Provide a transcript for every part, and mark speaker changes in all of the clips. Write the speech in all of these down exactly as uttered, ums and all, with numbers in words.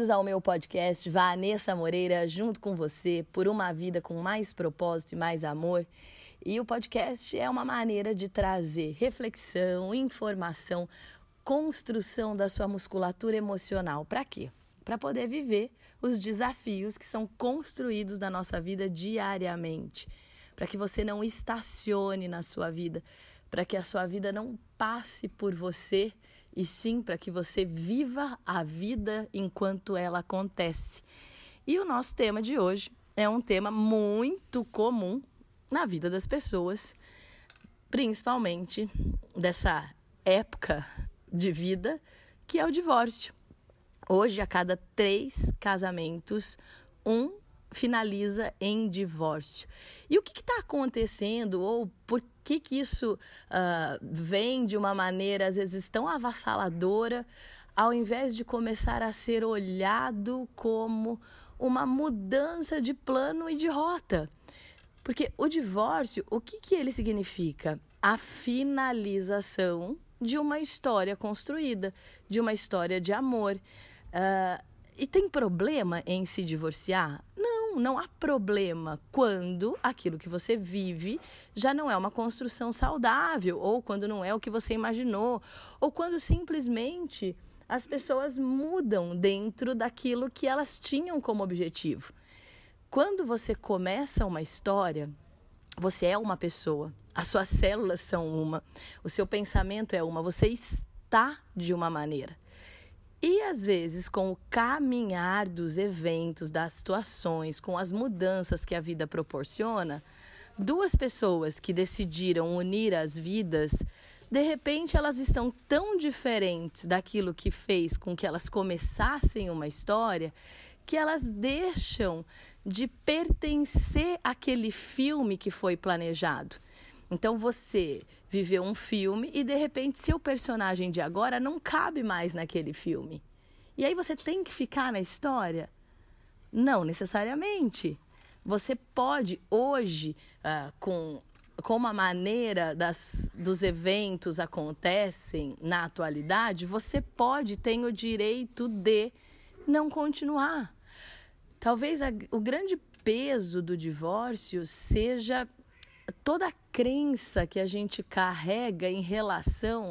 Speaker 1: Bem-vindos ao meu podcast Vanessa Moreira, junto com você, por uma vida com mais propósito e mais amor. E o podcast é uma maneira de trazer reflexão, informação, construção da sua musculatura emocional. Para quê? Para poder viver os desafios que são construídos na nossa vida diariamente. Para que você não estacione na sua vida, para que a sua vida não passe por você, e sim para que você viva a vida enquanto ela acontece. E o nosso tema de hoje é um tema muito comum na vida das pessoas, principalmente dessa época de vida, que é o divórcio. Hoje, a cada três casamentos, um finaliza em divórcio. E o que está acontecendo, ou por que, que isso uh, vem de uma maneira, às vezes, tão avassaladora, ao invés de começar a ser olhado como uma mudança de plano e de rota? Porque o divórcio, o que, que ele significa? A finalização de uma história construída, de uma história de amor. Uh, e tem problema em se divorciar? Não, não há problema quando aquilo que você vive já não é uma construção saudável, ou quando não é o que você imaginou, ou quando simplesmente as pessoas mudam dentro daquilo que elas tinham como objetivo. Quando você começa uma história, você é uma pessoa, as suas células são uma, o seu pensamento é uma, você está de uma maneira. E, às vezes, com o caminhar dos eventos, das situações, com as mudanças que a vida proporciona, duas pessoas que decidiram unir as vidas, de repente elas estão tão diferentes daquilo que fez com que elas começassem uma história, que elas deixam de pertencer àquele filme que foi planejado. Então você viveu um filme e de repente seu personagem de agora não cabe mais naquele filme. E aí você tem que ficar na história? Não necessariamente. Você pode hoje, uh, com, como a maneira das, dos eventos acontecem na atualidade, você pode ter o direito de não continuar. Talvez a, o grande peso do divórcio seja toda a crença que a gente carrega em relação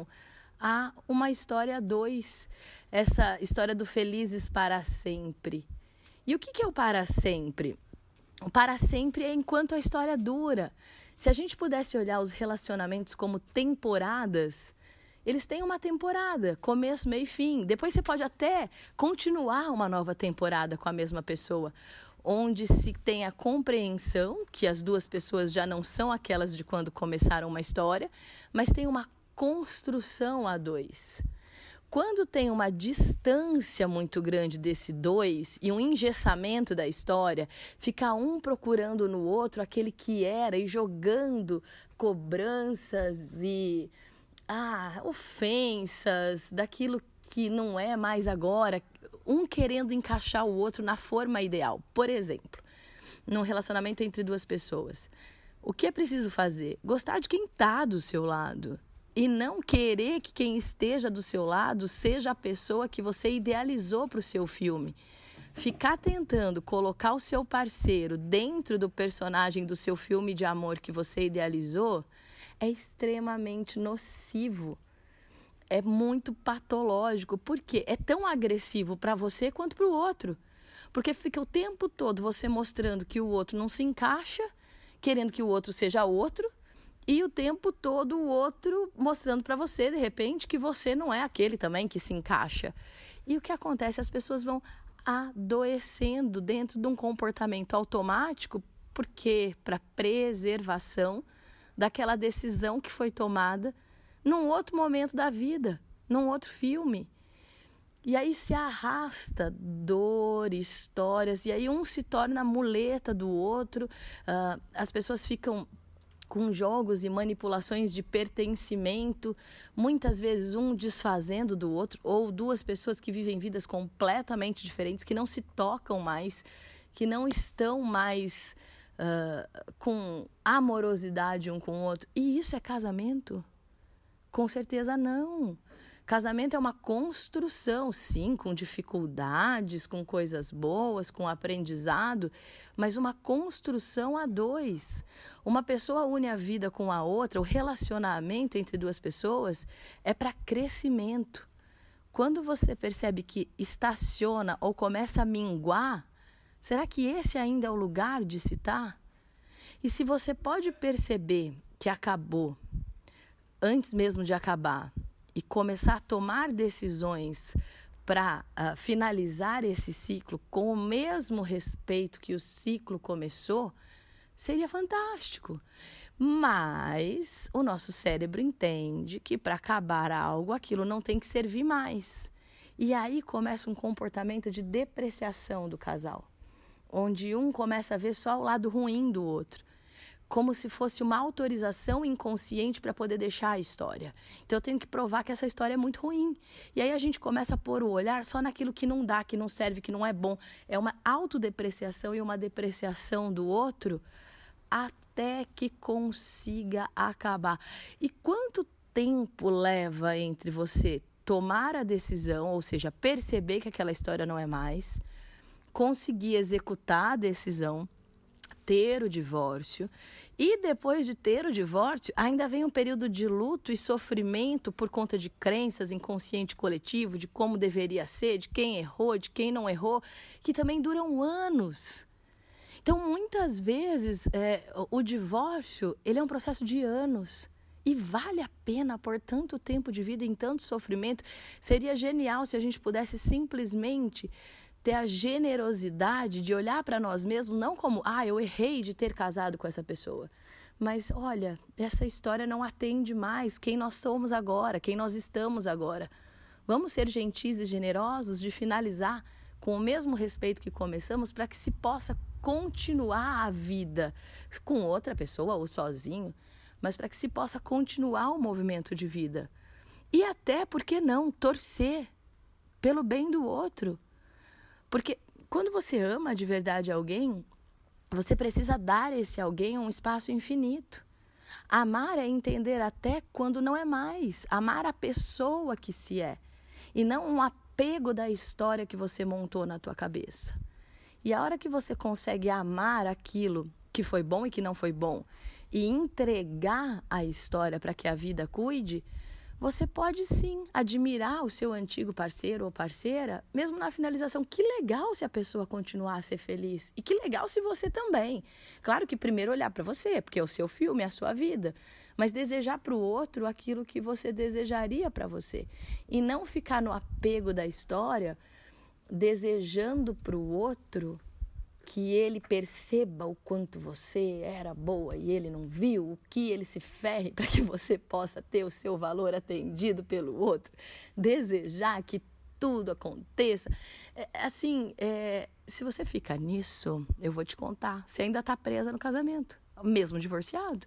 Speaker 1: a uma história a dois, essa história do felizes para sempre. E o que, que é o para sempre? O para sempre é enquanto a história dura. Se a gente pudesse olhar os relacionamentos como temporadas, eles têm uma temporada, começo, meio e fim. Depois você pode até continuar uma nova temporada com a mesma pessoa, onde se tem a compreensão que as duas pessoas já não são aquelas de quando começaram uma história, mas tem uma construção a dois. Quando tem uma distância muito grande desse dois e um engessamento da história, fica um procurando no outro aquele que era e jogando cobranças e ah, ofensas daquilo que não é mais agora, um querendo encaixar o outro na forma ideal. Por exemplo, num relacionamento entre duas pessoas, o que é preciso fazer? Gostar de quem está do seu lado e não querer que quem esteja do seu lado seja a pessoa que você idealizou para o seu filme. Ficar tentando colocar o seu parceiro dentro do personagem do seu filme de amor que você idealizou é extremamente nocivo. É muito patológico, porque é tão agressivo para você quanto para o outro. Porque fica o tempo todo você mostrando que o outro não se encaixa, querendo que o outro seja outro, e o tempo todo o outro mostrando para você, de repente, que você não é aquele também que se encaixa. E o que acontece? As pessoas vão adoecendo dentro de um comportamento automático, porque para preservação daquela decisão que foi tomada num outro momento da vida, num outro filme. E aí se arrasta dor, histórias, e aí um se torna a muleta do outro, uh, as pessoas ficam com jogos e manipulações de pertencimento, muitas vezes um desfazendo do outro, ou duas pessoas que vivem vidas completamente diferentes, que não se tocam mais, que não estão mais uh, com amorosidade um com o outro. E isso é casamento? Com certeza não. Casamento é uma construção, sim, com dificuldades, com coisas boas, com aprendizado, mas uma construção a dois. Uma pessoa une a vida com a outra, o relacionamento entre duas pessoas é para crescimento. Quando você percebe que estaciona ou começa a minguar, será que esse ainda é o lugar de se estar? E se você pode perceber que acabou, antes mesmo de acabar, e começar a tomar decisões para uh, finalizar esse ciclo com o mesmo respeito que o ciclo começou, seria fantástico. Mas o nosso cérebro entende que para acabar algo, aquilo não tem que servir mais. E aí começa um comportamento de depreciação do casal, onde um começa a ver só o lado ruim do outro, como se fosse uma autorização inconsciente para poder deixar a história. Então eu tenho que provar que essa história é muito ruim. E aí a gente começa a pôr o olhar só naquilo que não dá, que não serve, que não é bom. É uma autodepreciação e uma depreciação do outro até que consiga acabar. E quanto tempo leva entre você tomar a decisão, ou seja, perceber que aquela história não é mais, conseguir executar a decisão, ter o divórcio, e depois de ter o divórcio, ainda vem um período de luto e sofrimento por conta de crenças, inconsciente coletivo, de como deveria ser, de quem errou, de quem não errou, que também duram anos. Então, muitas vezes, é, o divórcio, ele é um processo de anos. E vale a pena por tanto tempo de vida, em tanto sofrimento. Seria genial se a gente pudesse simplesmente ter a generosidade de olhar para nós mesmos, não como, ah, eu errei de ter casado com essa pessoa. Mas, olha, essa história não atende mais quem nós somos agora, quem nós estamos agora. Vamos ser gentis e generosos de finalizar com o mesmo respeito que começamos, para que se possa continuar a vida com outra pessoa ou sozinho, mas para que se possa continuar o movimento de vida. E até, por que não, torcer pelo bem do outro. Porque quando você ama de verdade alguém, você precisa dar a esse alguém um espaço infinito. Amar é entender até quando não é mais. Amar a pessoa que se é. E não um apego da história que você montou na tua cabeça. E a hora que você consegue amar aquilo que foi bom e que não foi bom, e entregar a história para que a vida cuide, você pode sim admirar o seu antigo parceiro ou parceira, mesmo na finalização. Que legal se a pessoa continuar a ser feliz. E que legal se você também. Claro que primeiro olhar para você, porque é o seu filme, é a sua vida. Mas desejar para o outro aquilo que você desejaria para você. E não ficar no apego da história, desejando para o outro que ele perceba o quanto você era boa e ele não viu, o que ele se ferre para que você possa ter o seu valor atendido pelo outro, desejar que tudo aconteça. É, assim, é, se você fica nisso, eu vou te contar, você ainda está presa no casamento, mesmo divorciado.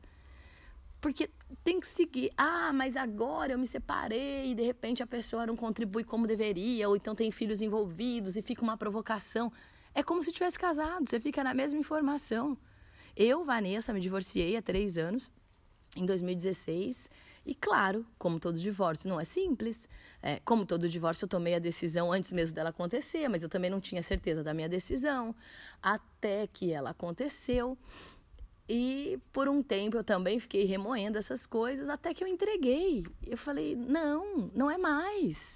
Speaker 1: Porque tem que seguir. Ah, mas agora eu me separei e de repente a pessoa não contribui como deveria, ou então tem filhos envolvidos e fica uma provocação. É como se tivesse casado, você fica na mesma informação. Eu, Vanessa, me divorciei há três anos, em dois mil e dezesseis. E claro, como todo divórcio, não é simples. É, como todo divórcio, eu tomei a decisão antes mesmo dela acontecer, mas eu também não tinha certeza da minha decisão, até que ela aconteceu. E por um tempo eu também fiquei remoendo essas coisas, até que eu entreguei. Eu falei, não, não é mais.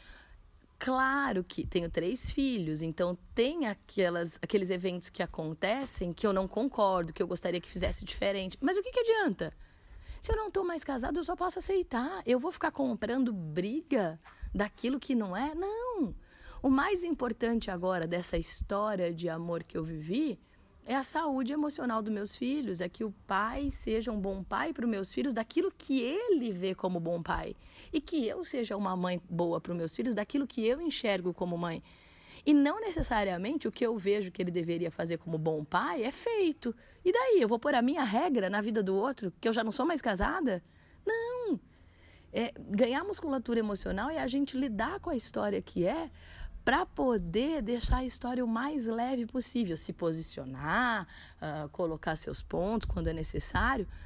Speaker 1: Claro que tenho três filhos, então tem aquelas, aqueles eventos que acontecem que eu não concordo, que eu gostaria que fizesse diferente. Mas o que, que adianta? Se eu não estou mais casada, eu só posso aceitar. Eu vou ficar comprando briga daquilo que não é? Não. O mais importante agora dessa história de amor que eu vivi é a saúde emocional dos meus filhos, é que o pai seja um bom pai para os meus filhos daquilo que ele vê como bom pai. E que eu seja uma mãe boa para os meus filhos daquilo que eu enxergo como mãe. E não necessariamente o que eu vejo que ele deveria fazer como bom pai é feito. E daí? Eu vou pôr a minha regra na vida do outro, que eu já não sou mais casada? Não. É, ganhar musculatura emocional é a gente lidar com a história que é, para poder deixar a história o mais leve possível, se posicionar, uh, colocar seus pontos quando é necessário,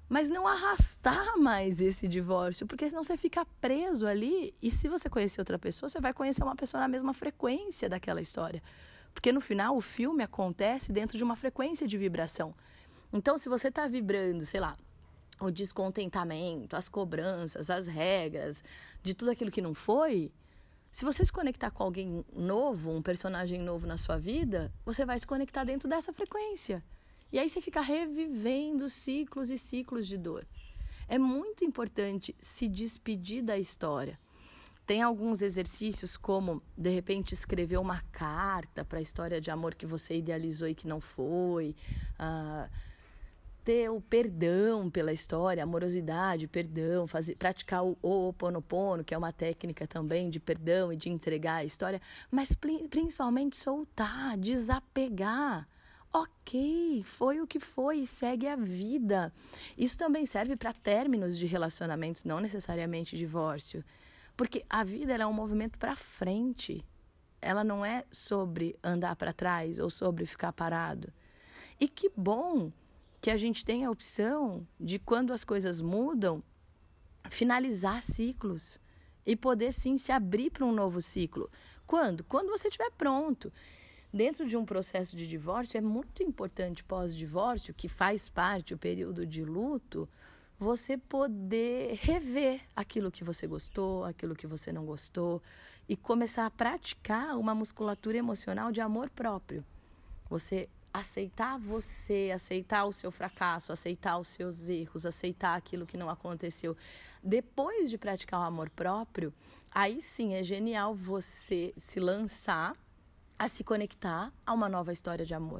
Speaker 1: mas não arrastar mais esse divórcio, porque senão você fica preso ali, e se você conhecer outra pessoa, você vai conhecer uma pessoa na mesma frequência daquela história. Porque no final o filme acontece dentro de uma frequência de vibração. Então, se você está vibrando, sei lá, o descontentamento, as cobranças, as regras, de tudo aquilo que não foi, se você se conectar com alguém novo, um personagem novo na sua vida, você vai se conectar dentro dessa frequência. E aí você fica revivendo ciclos e ciclos de dor. É muito importante se despedir da história. Tem alguns exercícios como, de repente, escrever uma carta para a história de amor que você idealizou e que não foi. Uh, ter o perdão pela história, amorosidade, perdão, fazer, praticar o Ho'oponopono, que é uma técnica também de perdão e de entregar a história. Mas principalmente soltar, desapegar. Ok, foi o que foi e segue a vida. Isso também serve para términos de relacionamentos, não necessariamente divórcio. Porque a vida ela é um movimento para frente. Ela não é sobre andar para trás ou sobre ficar parado. E que bom que a gente tem a opção de, quando as coisas mudam, finalizar ciclos e poder sim se abrir para um novo ciclo. Quando? Quando você estiver pronto. Dentro de um processo de divórcio, é muito importante pós-divórcio, que faz parte do período de luto, você poder rever aquilo que você gostou, aquilo que você não gostou e começar a praticar uma musculatura emocional de amor próprio. Você aceitar você, aceitar o seu fracasso, aceitar os seus erros, aceitar aquilo que não aconteceu. Depois de praticar o amor próprio, aí sim é genial você se lançar a se conectar a uma nova história de amor.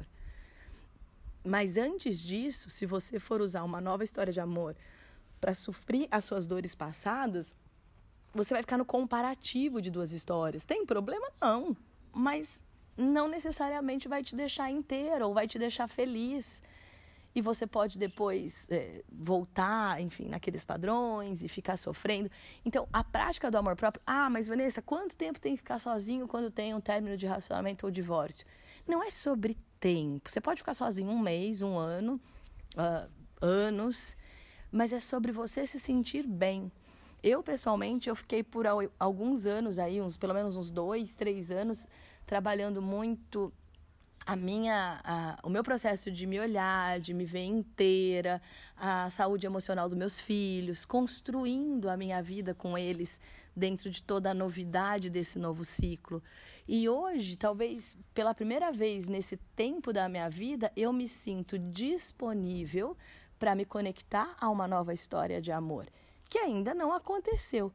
Speaker 1: Mas antes disso, se você for usar uma nova história de amor para suprir as suas dores passadas, você vai ficar no comparativo de duas histórias. Tem problema? Não. Mas não necessariamente vai te deixar inteiro ou vai te deixar feliz. E você pode depois é, voltar, enfim, naqueles padrões e ficar sofrendo. Então, a prática do amor próprio... Ah, mas Vanessa, quanto tempo tem que ficar sozinho quando tem um término de relacionamento ou divórcio? Não é sobre tempo. Você pode ficar sozinho um mês, um ano, uh, anos, mas é sobre você se sentir bem. Eu, pessoalmente, eu fiquei por alguns anos aí, uns, pelo menos uns dois, três anos, trabalhando muito a minha, a, o meu processo de me olhar, de me ver inteira, a saúde emocional dos meus filhos, construindo a minha vida com eles dentro de toda a novidade desse novo ciclo. E hoje, talvez pela primeira vez nesse tempo da minha vida, eu me sinto disponível para me conectar a uma nova história de amor, que ainda não aconteceu,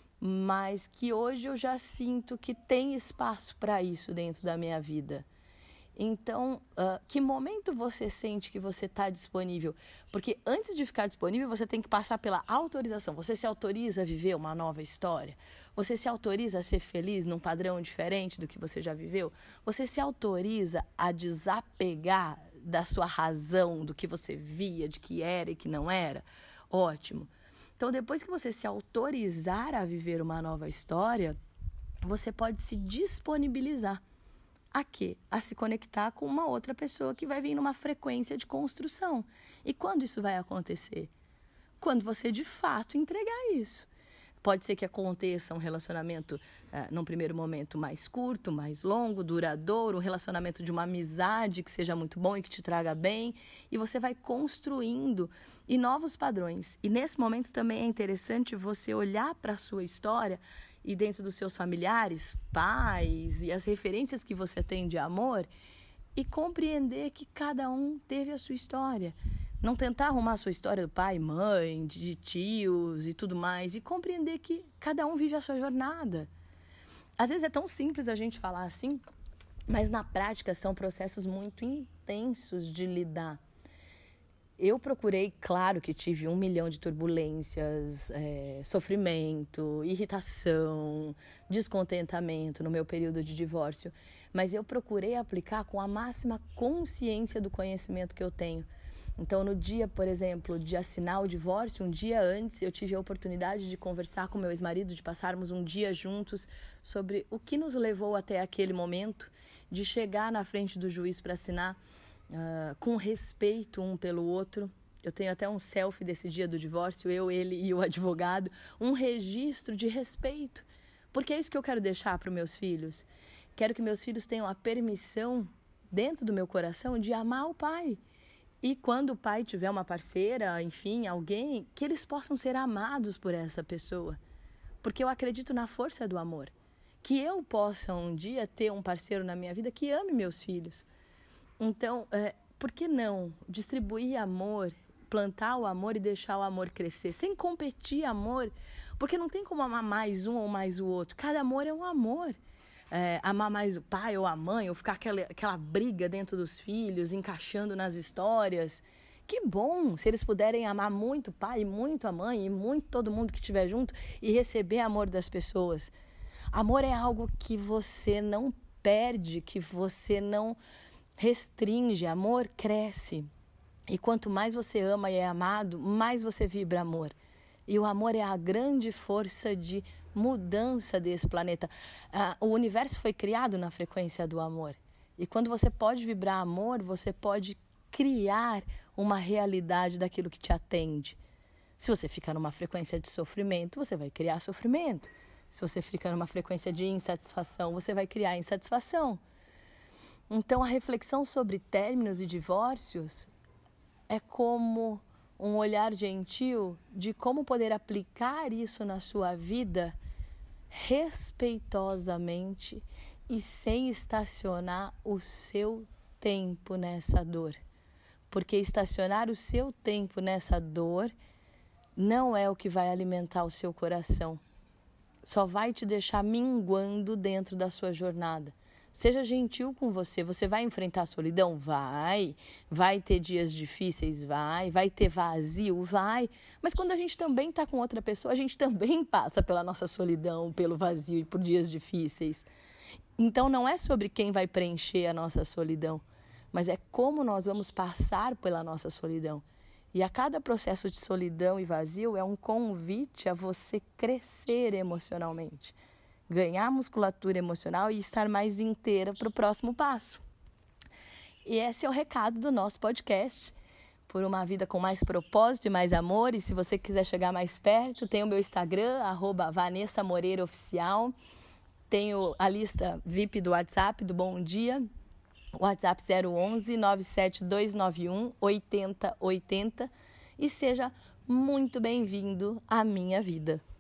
Speaker 1: mas que hoje eu já sinto que tem espaço para isso dentro da minha vida. Então, uh, que momento você sente que você está disponível? Porque antes de ficar disponível, você tem que passar pela autorização. Você se autoriza a viver uma nova história? Você se autoriza a ser feliz num padrão diferente do que você já viveu? Você se autoriza a desapegar da sua razão, do que você via, de que era e que não era? Ótimo. Então, depois que você se autorizar a viver uma nova história, você pode se disponibilizar. A quê? A se conectar com uma outra pessoa que vai vir numa frequência de construção. E quando isso vai acontecer? Quando você, de fato, entregar isso. Pode ser que aconteça um relacionamento, uh, num primeiro momento, mais curto, mais longo, duradouro, um relacionamento de uma amizade que seja muito bom e que te traga bem. E você vai construindo e novos padrões. E nesse momento também é interessante você olhar para a sua história e dentro dos seus familiares, pais e as referências que você tem de amor e compreender que cada um teve a sua história. Não tentar arrumar a sua história do pai, mãe, de tios e tudo mais e compreender que cada um vive a sua jornada. Às vezes é tão simples a gente falar assim, mas na prática são processos muito intensos de lidar. Eu procurei, claro que tive um milhão de turbulências, é, sofrimento, irritação, descontentamento no meu período de divórcio, mas eu procurei aplicar com a máxima consciência do conhecimento que eu tenho. Então, no dia, por exemplo, de assinar o divórcio, um dia antes, eu tive a oportunidade de conversar com meu ex-marido, de passarmos um dia juntos sobre o que nos levou até aquele momento, de chegar na frente do juiz para assinar, Uh, com respeito um pelo outro. Eu tenho até um selfie desse dia do divórcio, eu, ele e o advogado, um registro de respeito. Porque é isso que eu quero deixar para os meus filhos. Quero que meus filhos tenham a permissão, dentro do meu coração, de amar o pai. E quando o pai tiver uma parceira, enfim, alguém, que eles possam ser amados por essa pessoa. Porque eu acredito na força do amor. Que eu possa um dia ter um parceiro na minha vida que ame meus filhos. Então, é, por que não distribuir amor, plantar o amor e deixar o amor crescer, sem competir amor? Porque não tem como amar mais um ou mais o outro. Cada amor é um amor. É, amar mais o pai ou a mãe, ou ficar aquela, aquela briga dentro dos filhos, encaixando nas histórias. Que bom se eles puderem amar muito o pai, muito a mãe, e muito todo mundo que estiver junto e receber amor das pessoas. Amor é algo que você não perde, que você não restringe. Amor cresce. E quanto mais você ama e é amado, mais você vibra amor. E o amor é a grande força de mudança desse planeta. Ah, o universo foi criado na frequência do amor. E quando você pode vibrar amor, você pode criar uma realidade daquilo que te atende. Se você ficar numa frequência de sofrimento, você vai criar sofrimento. Se você ficar numa frequência de insatisfação, você vai criar insatisfação. Então, a reflexão sobre términos e divórcios é como um olhar gentil de como poder aplicar isso na sua vida respeitosamente e sem estacionar o seu tempo nessa dor. Porque estacionar o seu tempo nessa dor não é o que vai alimentar o seu coração. Só vai te deixar minguando dentro da sua jornada. Seja gentil com você. Você vai enfrentar a solidão? Vai. Vai ter dias difíceis? Vai. Vai ter vazio? Vai. Mas quando a gente também está com outra pessoa, a gente também passa pela nossa solidão, pelo vazio e por dias difíceis. Então não é sobre quem vai preencher a nossa solidão, mas é como nós vamos passar pela nossa solidão. E a cada processo de solidão e vazio é um convite a você crescer emocionalmente. Ganhar musculatura emocional e estar mais inteira para o próximo passo. E esse é o recado do nosso podcast, por uma vida com mais propósito e mais amor. E se você quiser chegar mais perto, tem o meu Instagram, arroba Vanessa Moreira Oficial. Tenho a lista V I P do WhatsApp do Bom Dia, WhatsApp zero onze, nove sete dois nove um, oito zero oito zero. E seja muito bem-vindo à minha vida.